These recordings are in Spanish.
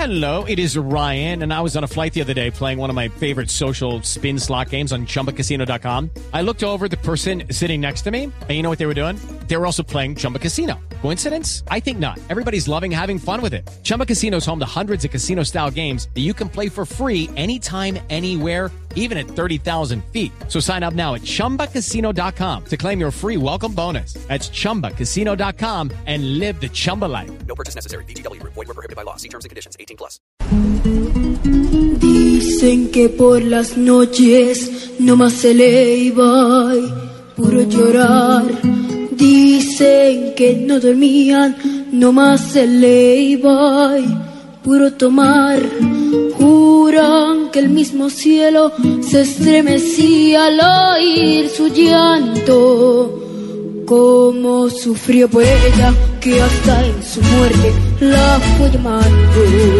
Hello, it is Ryan, and I was on a flight the other day playing one of my favorite social spin slot games on ChumbaCasino.com. I looked over at the person sitting next to me, and you know what they were doing? They were also playing Chumba Casino. Coincidence? I think not. Everybody's loving having fun with it. Chumba Casino is home to hundreds of casino-style games that you can play for free anytime, anywhere, even at 30,000 feet. So sign up now at ChumbaCasino.com to claim your free welcome bonus. That's ChumbaCasino.com and live the Chumba life. No purchase necessary. VGW. Void were prohibited by law. See terms and conditions. 18+. Dicen que por las noches no más se le iba, puro llorar. Dicen que no dormían, no más se le iba, puro tomar. Juran que el mismo cielo se estremecía al oír su llanto. Cómo sufrió por ella, que hasta en su muerte la fue llamando.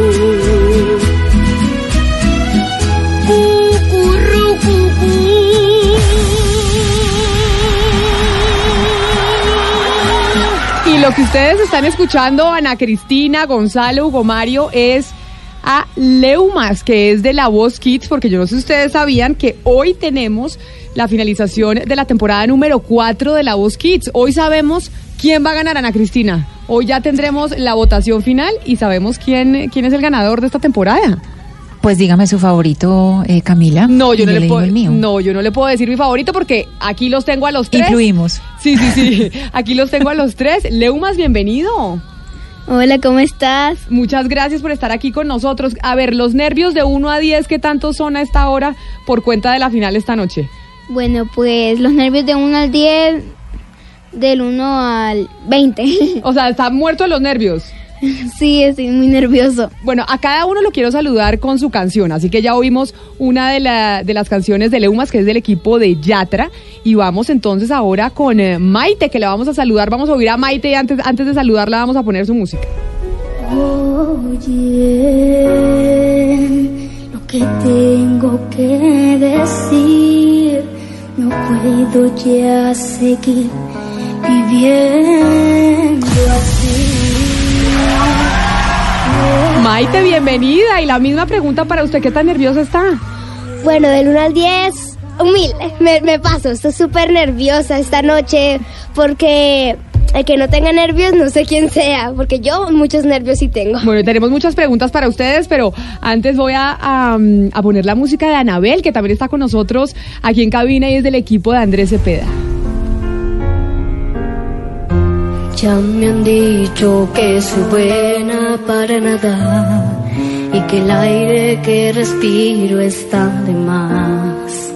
Y lo que ustedes están escuchando, Ana Cristina, Gonzalo, Hugo Mario, es a Leumas, que es de La Voz Kids, porque yo no sé si ustedes sabían que hoy tenemos la finalización de la temporada número 4 de La Voz Kids. Hoy sabemos quién va a ganar, Ana Cristina. Hoy ya tendremos la votación final y sabemos quién es el ganador de esta temporada. Pues dígame su favorito, Camila. No, yo no le puedo decir mi favorito porque aquí los tengo a los tres. Incluimos. Sí. Aquí los tengo a los tres. Leumas, bienvenido. Hola, ¿cómo estás? Muchas gracias por estar aquí con nosotros. A ver, los nervios de 1 a 10, ¿qué tanto son a esta hora por cuenta de la final esta noche? Bueno, pues los nervios de 1 al 10, del 1 al 20. O sea, ¿está muerto de los nervios? Sí, estoy muy nervioso. Bueno, a cada uno lo quiero saludar con su canción, así que ya oímos una de las canciones de Leumas, que es del equipo de Yatra, y vamos entonces ahora con Maite, que la vamos a saludar. Vamos a oír a Maite y antes de saludarla vamos a poner su música. Oye, lo que tengo que decir, no puedo ya seguir viviendo así. Maite, bienvenida. Y la misma pregunta para usted, ¿qué tan nerviosa está? Bueno, del 1 al 10, 1000. Me paso, estoy súper nerviosa esta noche porque el que no tenga nervios no sé quién sea, porque yo muchos nervios sí tengo. Bueno, tenemos muchas preguntas para ustedes, pero antes voy a poner la música de Anabel, que también está con nosotros aquí en cabina y es del equipo de Andrés Cepeda. Ya me han dicho que soy buena para nadar y que el aire que respiro está de más.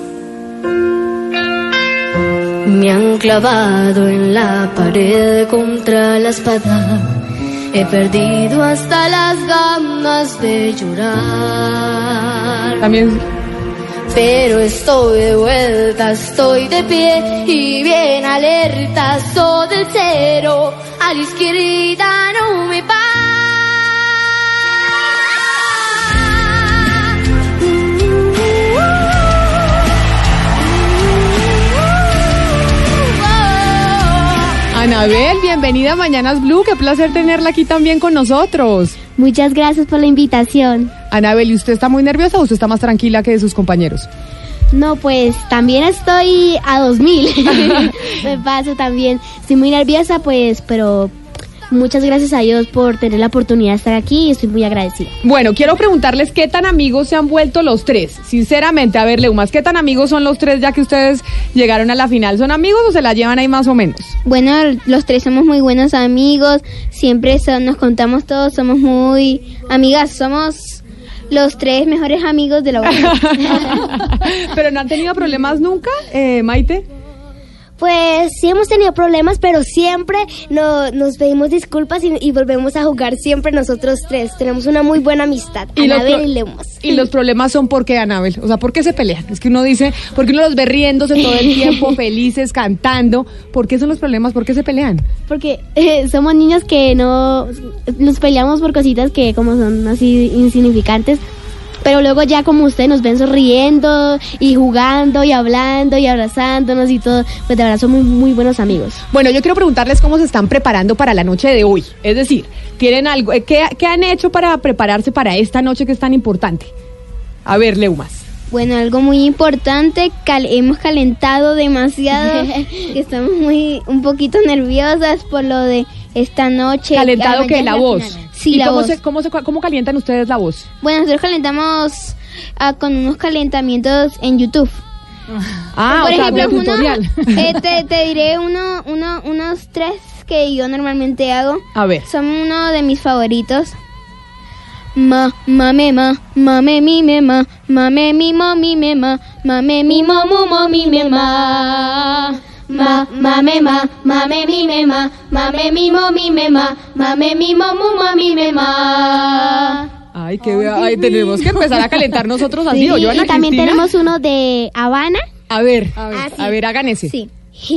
Me han clavado en la pared contra la espada. He perdido hasta las ganas de llorar. También. Pero estoy de vuelta, estoy de pie y bien alerta, soy del cero, a la izquierda no me pasa. Anabel, bienvenida a Mañanas Blue, qué placer tenerla aquí también con nosotros. Muchas gracias por la invitación. Anabel, ¿y usted está muy nerviosa o usted está más tranquila que sus compañeros? No, pues también estoy a 2000. Me paso también. Estoy muy nerviosa, pues, pero muchas gracias a Dios por tener la oportunidad de estar aquí y estoy muy agradecida. Bueno, quiero preguntarles qué tan amigos se han vuelto los tres. Sinceramente, a ver, Leumas, ¿qué tan amigos son los tres ya que ustedes llegaron a la final? ¿Son amigos o se la llevan ahí más o menos? Bueno, los tres somos muy buenos amigos, siempre nos contamos todos, somos muy amigas, somos los tres mejores amigos de la vida. ¿Pero no han tenido problemas nunca, Maite? Pues sí hemos tenido problemas, pero siempre nos pedimos disculpas y volvemos a jugar siempre nosotros tres. Tenemos una muy buena amistad, Anabel y Leumas. ¿Y los problemas son por qué, Anabel? O sea, ¿por qué se pelean? Es que uno dice, porque uno los ve riéndose todo el tiempo, felices, cantando. ¿Por qué son los problemas? ¿Por qué se pelean? Porque somos niños que no nos peleamos por cositas que como son así insignificantes. pero luego ya como ustedes nos ven sonriendo y jugando y hablando y abrazándonos y todo, pues de verdad son muy, muy buenos amigos. Bueno, yo quiero preguntarles cómo se están preparando para la noche de hoy. Es decir, ¿tienen algo? ¿Qué han hecho para prepararse para esta noche que es tan importante? A ver, Leumas. Bueno, algo muy importante, hemos calentado demasiado, que estamos un poquito nerviosas por lo de esta noche. ¿Calentado qué? ¿La voz? Sí, ¿Y la cómo voz. cómo calientan ustedes la voz? Bueno, nosotros calentamos con unos calentamientos en YouTube. Ah, Por o sea, ejemplo, de tutorial. te diré unos 3 que yo normalmente hago. A ver. Son uno de mis favoritos. Ma me ma mi me ma me mi mo mi me ma me mi mo mu mo mi me ma me mi me ma me mi mo mi me ma me mi mo mu mo mi me ma. Ay, tenemos que empezar a calentar nosotros así. Sí, ¿O yo, Ana y también Cristina? tenemos uno de Habana. A ver, sí. hagan ese. Sí.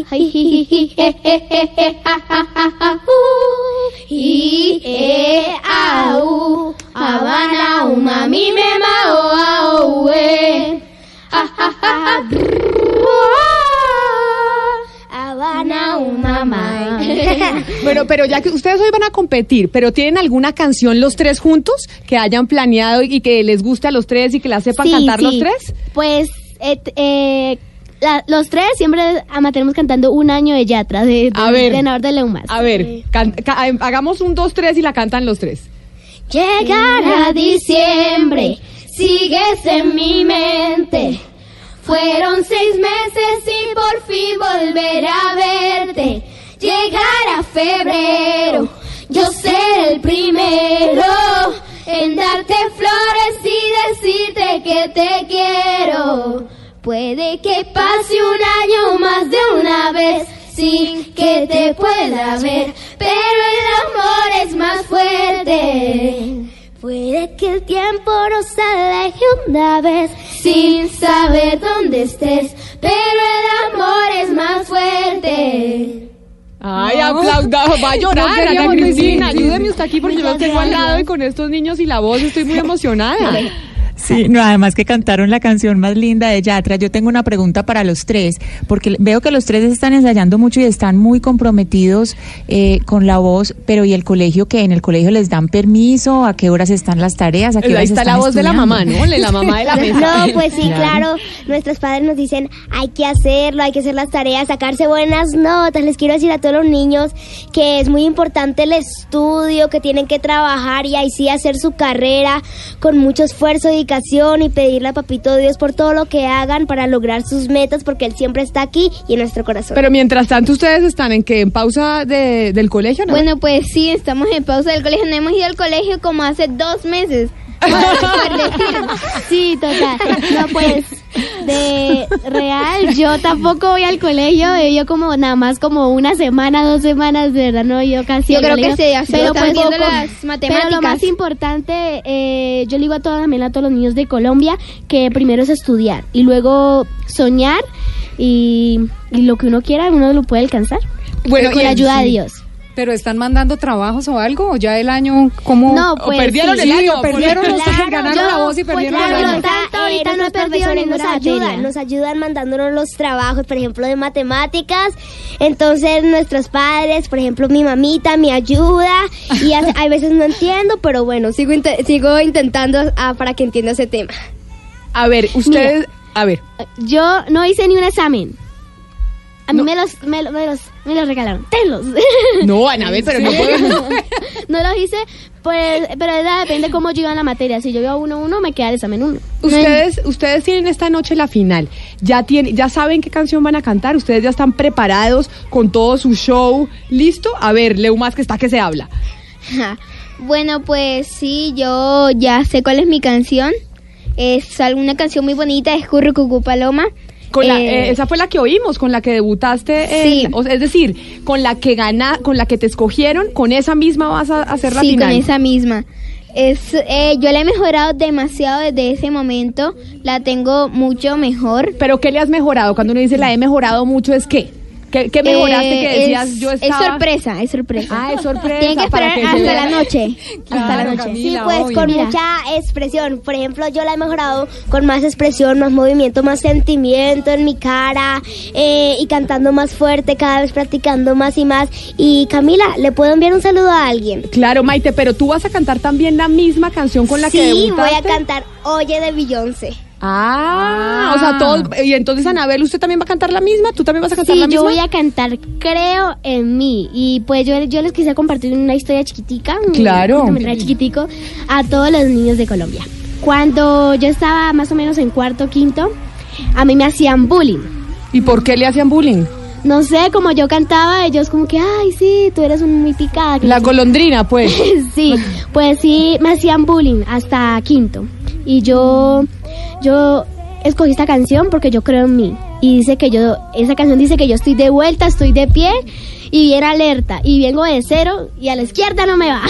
Habana umami me mao Habana umama. Bueno, pero ya que ustedes hoy van a competir, ¿pero tienen alguna canción los tres juntos que hayan planeado y que les guste a los tres y que la sepan cantar los tres? Pues los tres siempre mantenemos cantando Un año de Yatra de Nadador de Leumas. A ver, hagamos 1, 2, 3 y la cantan los tres. Llegará diciembre, sigues en mi mente. Fueron 6 meses y por fin volveré a verte. Llegará febrero, yo seré el primero en darte flores y decirte que te quiero. Puede que pase un año más de una vez sin que te pueda ver, pero el amor es más fuerte. Puede que el tiempo nos aleje una vez sin saber dónde estés, pero el amor es más fuerte. Ay, aplauda, va a llorar, Ana Cristina, ayúdeme usted aquí porque yo lo tengo al lado y con estos niños y la voz estoy muy emocionada. Sí, no, además que cantaron la canción más linda de Yatra. Yo tengo una pregunta para los tres, porque veo que los tres están ensayando mucho y están muy comprometidos con la voz, pero ¿y el colegio qué? ¿En el colegio les dan permiso? ¿A qué horas están las tareas? ¿A qué horas Ahí está están la voz estudiando? de la mamá, ¿no? La mamá de la mesa. No, pues sí, claro. Nuestros padres nos dicen, hay que hacerlo, hay que hacer las tareas, sacarse buenas notas. Les quiero decir a todos los niños que es muy importante el estudio, que tienen que trabajar y ahí sí hacer su carrera con mucho esfuerzo, dedicación y pedirle a Papito Dios por todo lo que hagan para lograr sus metas, porque Él siempre está aquí y en nuestro corazón. Pero mientras tanto, ¿ustedes están en pausa del colegio, no? Bueno, pues sí, estamos en pausa del colegio. No hemos ido al colegio como hace 2 meses. Sí, total. No, pues, de real, yo tampoco voy al colegio. Yo como nada más como 1 semana, 2 semanas, de verdad, no, yo casi. Yo creo que sí, pero pues poco. Las matemáticas. Pero lo más importante, yo le digo también a todos los niños de Colombia que primero es estudiar y luego soñar y lo que uno quiera, uno lo puede alcanzar. Bueno, con la ayuda de Dios. ¿Pero están mandando trabajos o algo? ¿O ya el año cómo? No, pues ¿O perdieron el año? Perdieron los claro, ganaron la voz y perdieron el año. Ahorita no he perdido ninguna materia. Nos ayudan mandándonos los trabajos, por ejemplo, de matemáticas. Entonces, nuestros padres, por ejemplo, mi mamita me ayuda. Y hay veces no entiendo, pero bueno, sigo intentando para que entienda ese tema. A ver, ustedes... A ver. Yo no hice ni un examen. A mí me los regalaron. Tenlos. No, Ana, pero no puedo. No los hice, pues, pero depende cómo yo iba en la materia. Si yo iba 1-1, me queda el examen 1. Ustedes tienen esta noche la final. Ya saben qué canción van a cantar. Ustedes ya están preparados con todo su show. ¿Listo? A ver, Leumas, que está que se habla. Bueno, pues sí, yo ya sé cuál es mi canción. Es alguna canción muy bonita, es Currucucú Paloma. Esa fue la que oímos, con la que debutaste. Sí. Es decir, con la que te escogieron, con esa misma vas a hacer la final. Sí, con esa misma. Yo la he mejorado demasiado desde ese momento. La tengo mucho mejor. ¿Pero qué le has mejorado? Cuando uno dice la he mejorado mucho, ¿es qué? ¿Qué mejoraste que decías yo estaba? Es sorpresa. Ah, es sorpresa. Tienen que esperar hasta la noche. Hasta la noche. Camila, Sí, pues obvio. con mucha expresión. Por ejemplo, yo la he mejorado con más expresión, más movimiento, más sentimiento en mi cara y cantando más fuerte, cada vez practicando más y más. Y Camila, ¿le puedo enviar un saludo a alguien? Claro, Maite, pero tú vas a cantar también la misma canción con la que Sí, debutaste. voy a cantar Oye de Beyoncé. O sea, todos. Y entonces, Anabel, ¿usted también va a cantar la misma? ¿Tú también vas a cantar Sí, la misma? yo voy a cantar Creo en mí. Y pues yo les quise compartir una historia chiquitica. Claro. Un cortometraje chiquitico a todos los niños de Colombia. Cuando yo estaba más o menos en cuarto, quinto, a mí me hacían bullying. ¿Y por qué le hacían bullying? No sé, como yo cantaba, ellos como que, ay, sí, tú eres muy picada. La golondrina, pues. Sí, pues sí, me hacían bullying hasta quinto. Y yo escogí esta canción porque yo creo en mí. Y esa canción dice que yo estoy de vuelta, estoy de pie y bien alerta. Y vengo de cero y a la izquierda no me va.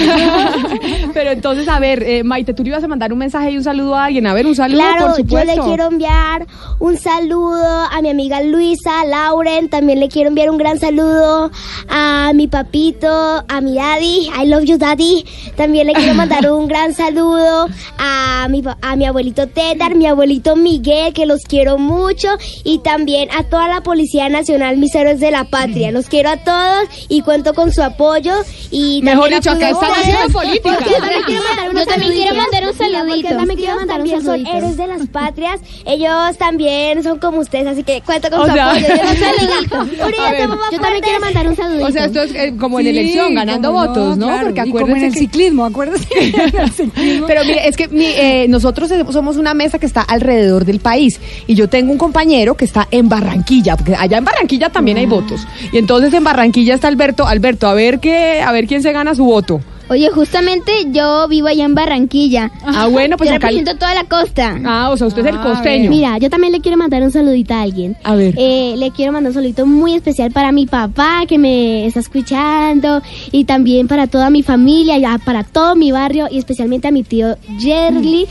Pero entonces, a ver, Maite, tú le ibas a mandar un mensaje y un saludo a alguien. A ver, un saludo, Claro, por yo supuesto. le quiero enviar un saludo a mi amiga Luisa, Lauren. También le quiero enviar un gran saludo a mi papito, a mi daddy. I love you, daddy. También le quiero mandar un gran saludo a mi abuelito Tedar, mi abuelito Miguel, que los quiero mucho. Y también a toda la Policía Nacional, mis héroes de la patria. Los quiero a todos y cuento con su apoyo. Y Mejor también dicho, acá están haciendo política. Yo también quiero mandar un saludito. Porque también quiero mandar un saludito. Son héroes de las patrias. Ellos también son como ustedes, así que cuento con O su sea, apoyo. Un saludito. Uribe, A ver. mamá, Yo también quiero mandar un saludito. O sea, esto es como en Sí, elección, ganando cómo votos, ¿no? Claro, Porque y como en acuérdense el que... ciclismo, acuérdate. En el ciclismo. Pero mire, es que nosotros somos una mesa que está alrededor del país y yo tengo un compañero que está en Barranquilla, porque allá en Barranquilla también hay votos. Y entonces en Barranquilla está Alberto, a ver quién se gana su voto. Oye, justamente yo vivo allá en Barranquilla. Ah, bueno, pues yo acá... represento toda la costa. Ah, o sea, usted es el Ah, costeño. Mira, yo también le quiero mandar un saludito a alguien. A ver. Le quiero mandar un saludito muy especial para mi papá que me está escuchando y también para toda mi familia, para todo mi barrio y especialmente a mi tío Yerli,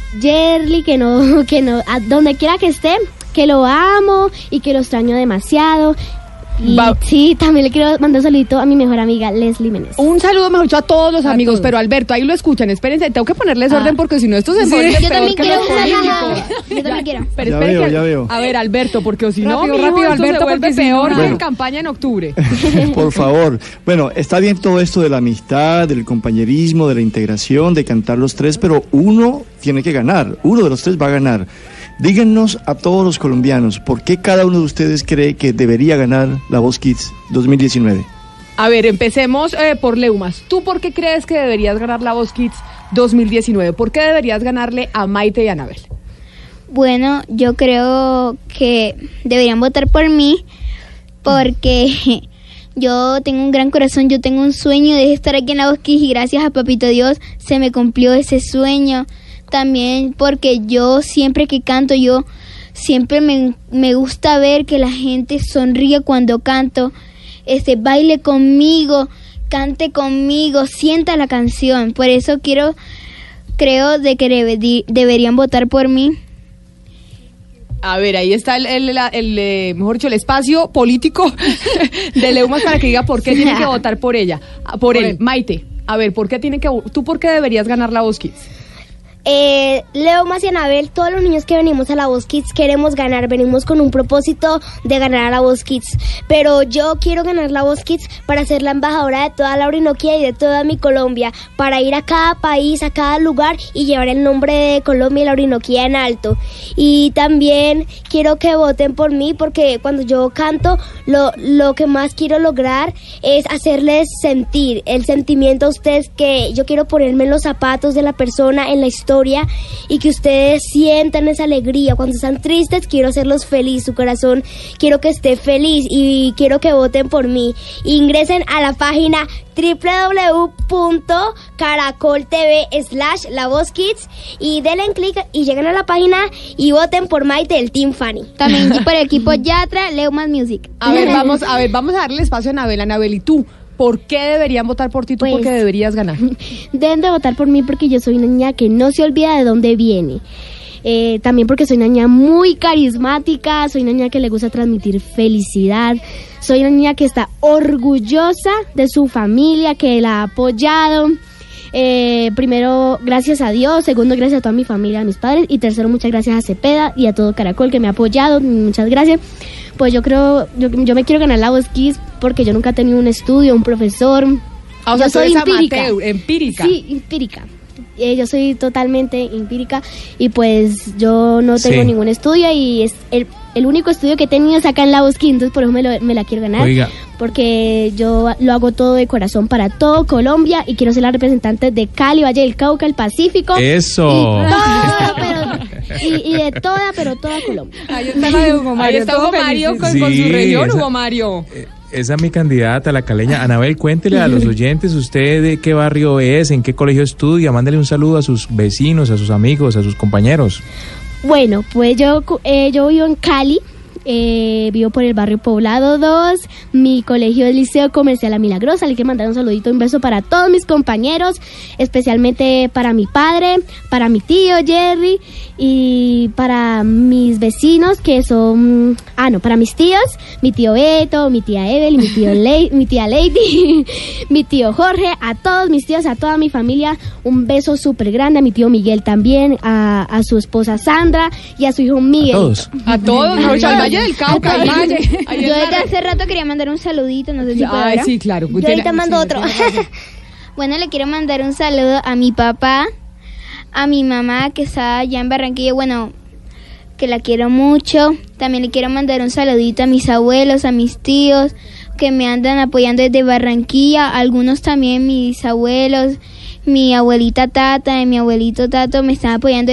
que no, a donde quiera que esté, que lo amo y que lo extraño demasiado. Y sí, también le quiero mandar un saludito a mi mejor amiga Leslie Menes. Un saludo, mejor dicho, a todos los amigos, todos. pero Alberto, ahí lo escuchan, espérense, tengo que ponerles orden porque si no esto se pone Yo peor también que quiero los un políticos. saludo. Yo también quiero. Pero Ya esperen veo, que- ya veo. A ver, Alberto, porque si no, Rápido, mijo, rápido, esto Alberto, se vuelve porque si no, peor que en Bueno. campaña en octubre. Por favor. Bueno, está bien todo esto de la amistad, del compañerismo, de la integración, de cantar los tres, pero uno tiene que ganar. Uno de los tres va a ganar. Díganos a todos los colombianos, ¿por qué cada uno de ustedes cree que debería ganar La Voz Kids 2019? A ver, empecemos por Leumas. ¿Tú por qué crees que deberías ganar La Voz Kids 2019? ¿Por qué deberías ganarle a Maite y a Anabel? Bueno, yo creo que deberían votar por mí porque yo tengo un gran corazón, yo tengo un sueño de estar aquí en La Voz Kids y gracias a Papito Dios se me cumplió ese sueño. También porque yo siempre que canto, yo siempre me gusta ver que la gente sonríe cuando canto, baile conmigo, cante conmigo, sienta la canción. Por eso creo de que deberían votar por mí. A ver, ahí está mejor dicho, el espacio político de Leumas para que diga por qué tiene que votar por ella, por él. Maite, a ver, ¿por qué tú por qué deberías ganar La Voz Kids? Leumas y Anabel, todos los niños que venimos a La Voz Kids queremos ganar, venimos con un propósito de ganar a La Voz Kids, pero yo quiero ganar La Voz Kids para ser la embajadora de toda la Orinoquia y de toda mi Colombia, para ir a cada país, a cada lugar y llevar el nombre de Colombia y la Orinoquia en alto. Y también quiero que voten por mí porque cuando yo canto, lo que más quiero lograr es hacerles sentir el sentimiento a ustedes, que yo quiero ponerme en los zapatos de la persona, en la historia, y que ustedes sientan esa alegría. Cuando están tristes, quiero hacerlos feliz, su corazón quiero que esté feliz y quiero que voten por mí. Ingresen a la página www.caracol.tv/La Voz Kids y denle en clic y lleguen a la página y voten por Maite del Team Fanny. También por el equipo Yatra, Leumas Music. A ver, vamos a darle espacio a Anabel. Anabel, ¿y tú? ¿Por qué deberían votar por ti? ¿Tú Pues, por qué deberías ganar? Deben de votar por mí porque yo soy una niña que no se olvida de dónde viene. también porque soy una niña muy carismática, soy una niña que le gusta transmitir felicidad, soy una niña que está orgullosa de su familia, que la ha apoyado. Primero, gracias a Dios. Segundo, gracias a toda mi familia, a mis padres. Y tercero, muchas gracias a Cepeda y a todo Caracol que me ha apoyado. Muchas gracias. Pues yo me quiero ganar la Voz Kids porque yo nunca he tenido un estudio, un profesor. O sea, yo soy empírica. Empírica. Sí, empírica. Yo soy totalmente empírica y pues yo no tengo ningún estudio y es el único estudio que he tenido es acá en la Voz Kids, entonces por eso me la quiero ganar. Oiga. Porque yo lo hago todo de corazón para todo Colombia y quiero ser la representante de Cali, Valle del Cauca, el Pacífico. Eso. Y de toda Colombia. Ahí está la de Hugo Mario. Ahí está Hugo Mario con su región, Hugo Mario. Esa es mi candidata, la caleña. Anabel, cuéntele a los oyentes usted de qué barrio es, en qué colegio estudia, mándele un saludo a sus vecinos, a sus amigos, a sus compañeros. Bueno, pues yo vivo en Cali. Vivo por el barrio Poblado 2. Mi colegio es Liceo Comercial La Milagrosa. Le quiero mandar un saludito, un beso para todos mis compañeros, especialmente para mi padre, para mi tío Jerry y para mis vecinos que son... para mis tíos, mi tío Beto, mi tía Evelyn, mi tía Lady, mi tío Jorge, a todos mis tíos, a toda mi familia, un beso súper grande, a mi tío Miguel también, a su esposa Sandra y a su hijo Miguel. A todos, al Valle del Cauca. Yo desde hace rato quería mandar un saludito, no sé si puedo. Ay, sí, claro. Yo ahorita mando otro. Bueno, le quiero mandar un saludo a mi papá, a mi mamá que está allá en Barranquilla, bueno, que la quiero mucho. También le quiero mandar un saludito a mis abuelos, a mis tíos que me andan apoyando desde Barranquilla, algunos también mis abuelos, mi abuelita Tata y mi abuelito Tato me están apoyando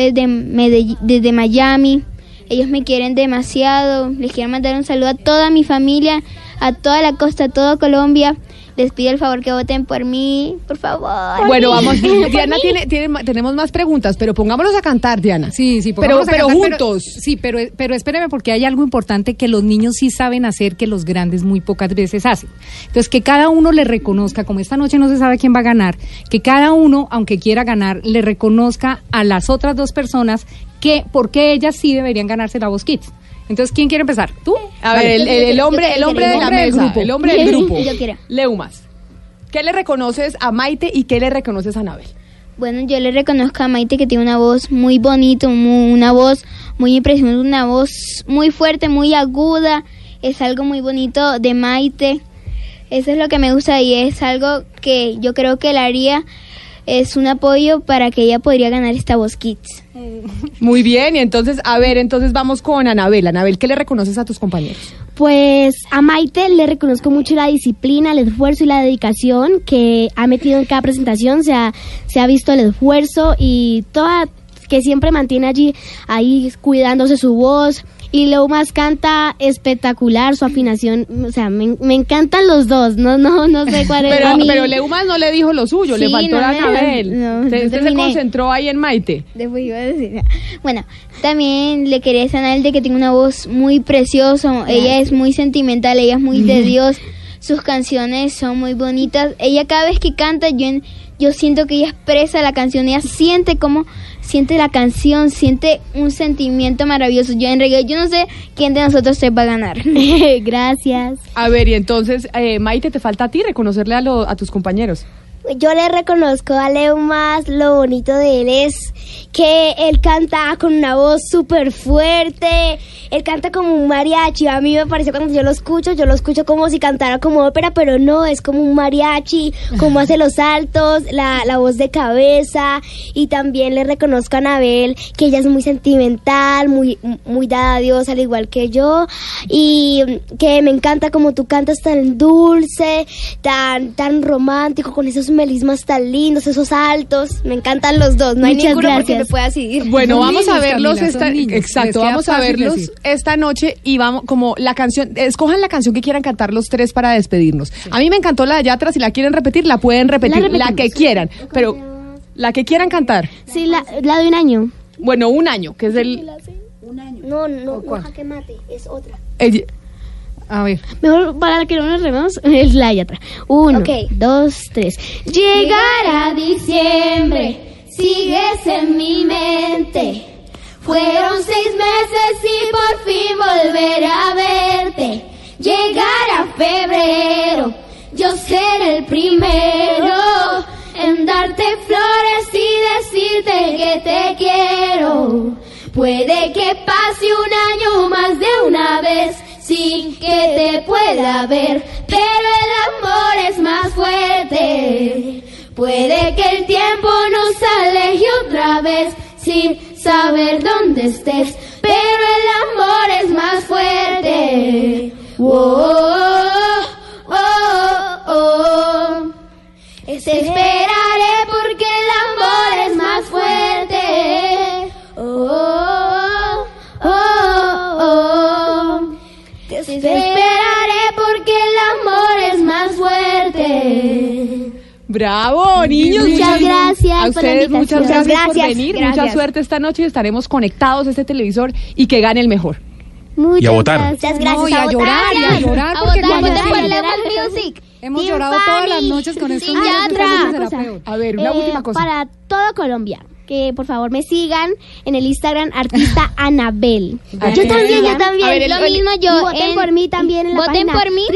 desde Miami. Ellos me quieren demasiado. Les quiero mandar un saludo a toda mi familia, a toda la costa, a toda Colombia. Les pido el favor que voten por mí, por favor. Bueno, vamos. Diana tenemos más preguntas, pero pongámonos a cantar, Diana. Sí, pero juntos. Pero espéreme, porque hay algo importante que los niños sí saben hacer que los grandes muy pocas veces hacen. Entonces, que cada uno le reconozca, como esta noche no se sabe quién va a ganar, que cada uno, aunque quiera ganar, le reconozca a las otras dos personas que por qué ellas sí deberían ganarse la Voz Kids. Entonces, ¿quién quiere empezar? ¿Tú? A ver, el hombre de la mesa, el hombre del grupo. Yo quiero. Leumas, ¿qué le reconoces a Maite y qué le reconoces a Anabel? Bueno, yo le reconozco a Maite que tiene una voz muy bonita, una voz muy impresionante, una voz muy fuerte, muy aguda. Es algo muy bonito de Maite. Eso es lo que me gusta y es algo que yo creo que la haría. Es un apoyo para que ella podría ganar esta Voz Kids. Muy bien, y entonces vamos con Anabel. Anabel, ¿qué le reconoces a tus compañeros? Pues a Maite le reconozco mucho la disciplina, el esfuerzo y la dedicación que ha metido en cada presentación. Se ha visto el esfuerzo y que siempre mantiene ahí cuidándose su voz. Y Leumas canta espectacular, su afinación, o sea, me encantan los dos, no sé cuál es. Pero Leumas no le dijo lo suyo, sí, le faltó a Anabel. Usted se concentró ahí en Maite. Después iba a decir. Bueno, también le quería decir a Anabel de que tiene una voz muy preciosa, ella es muy sentimental, ella es muy de Dios, sus canciones son muy bonitas. Ella cada vez que canta, yo siento que ella expresa la canción, ella siente la canción, siente un sentimiento maravilloso. Yo no sé quién de nosotros se va a ganar. Gracias. A ver, y entonces, Maite, te falta a ti reconocerle a tus compañeros. Yo le reconozco a Leumas, lo bonito de él es que él canta con una voz súper fuerte, él canta como un mariachi. A mí me parece cuando yo lo escucho como si cantara como ópera, pero no, es como un mariachi, como hace los saltos, la voz de cabeza. Y también le reconozco a Anabel, que ella es muy sentimental, muy dada a Dios, al igual que yo, y que me encanta como tú cantas, tan dulce, tan romántico, con esos melismas tan lindos, esos altos. Me encantan los dos, no hay ninguno porque me pueda seguir. Bueno, vamos a verlos vamos a verlos esta noche y vamos como la canción, escojan la canción que quieran cantar los tres para despedirnos. Sí. A mí me encantó la de allá atrás, si la quieren repetir, la pueden repetir, la que quieran, pero la que quieran cantar. Sí, la de un año. Bueno, un año, que es el... Un año. No, jaque mate, es otra. A ver. Mejor para que no nos rememos, es la de atrás. 1, 2, 3. Llegará diciembre, sigues en mi mente. Fueron 6 meses y por fin volveré a verte. Llegará febrero, yo seré el primero en darte flores y decirte que te quiero. Puede que pase un año más de una vez sin que te pueda ver, pero el amor es más fuerte. Puede que el tiempo nos aleje otra vez sin saber dónde estés, pero el amor es más fuerte. Oh, oh, oh, oh. Te esperaré porque el amor es más fuerte. Oh, oh, oh, oh. Te esperaré porque el amor es más fuerte. ¡Bravo, niños! Muchas gracias. A ustedes muchas gracias por venir. Gracias. Mucha suerte esta noche y estaremos conectados a este televisor y que gane el mejor. Y a votar. Muchas gracias. No, y a llorar, porque cuando votar por sí. Lemon Music. Hemos Team llorado todas las Fanny, noches con estos Team niños, Yatra. creo que será peor. A ver, una última cosa. Para todo Colombia, que por favor me sigan en el Instagram artista Anabel. Yo también. A ver, Lo mismo Y yo. voten por mí también en la Voten página por mí.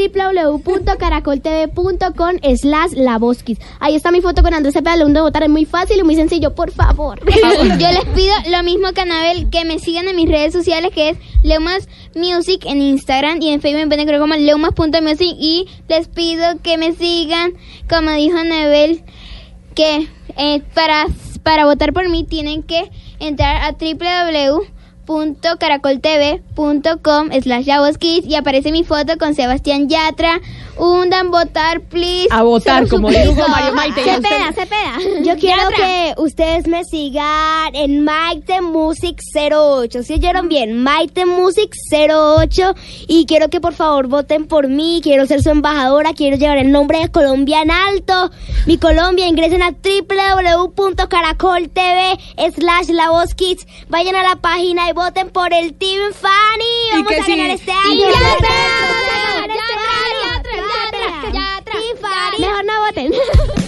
www.caracoltv.com/lavosquiz. Ahí está mi foto con Andrés Cepeda. Lo de votar es muy fácil y muy sencillo, por favor. Yo les pido lo mismo que Anabel, que me sigan en mis redes sociales, que es Leumas Music en Instagram y en Facebook me pueden encontrar como leumas.music, y les pido que me sigan, como dijo Anabel, que para votar por mí tienen que entrar a www.caracoltv.com/lavosquiz y aparece mi foto con Sebastián Yatra. Hundan, votar, please. A votar, Son como súper dijo lindos. Mario Maite. Cepeda. Yo quiero que ustedes me sigan en Maite Music 08. ¿Sí oyeron bien? Maite Music 08. Y quiero que por favor voten por mí. Quiero ser su embajadora. Quiero llevar el nombre de Colombia en alto. Mi Colombia. Ingresen a www.caracoltv/lavosquiz. Vayan a la página y voten por el Team Fanny. Vamos a ganar este año. Yatra. Mejor no voten.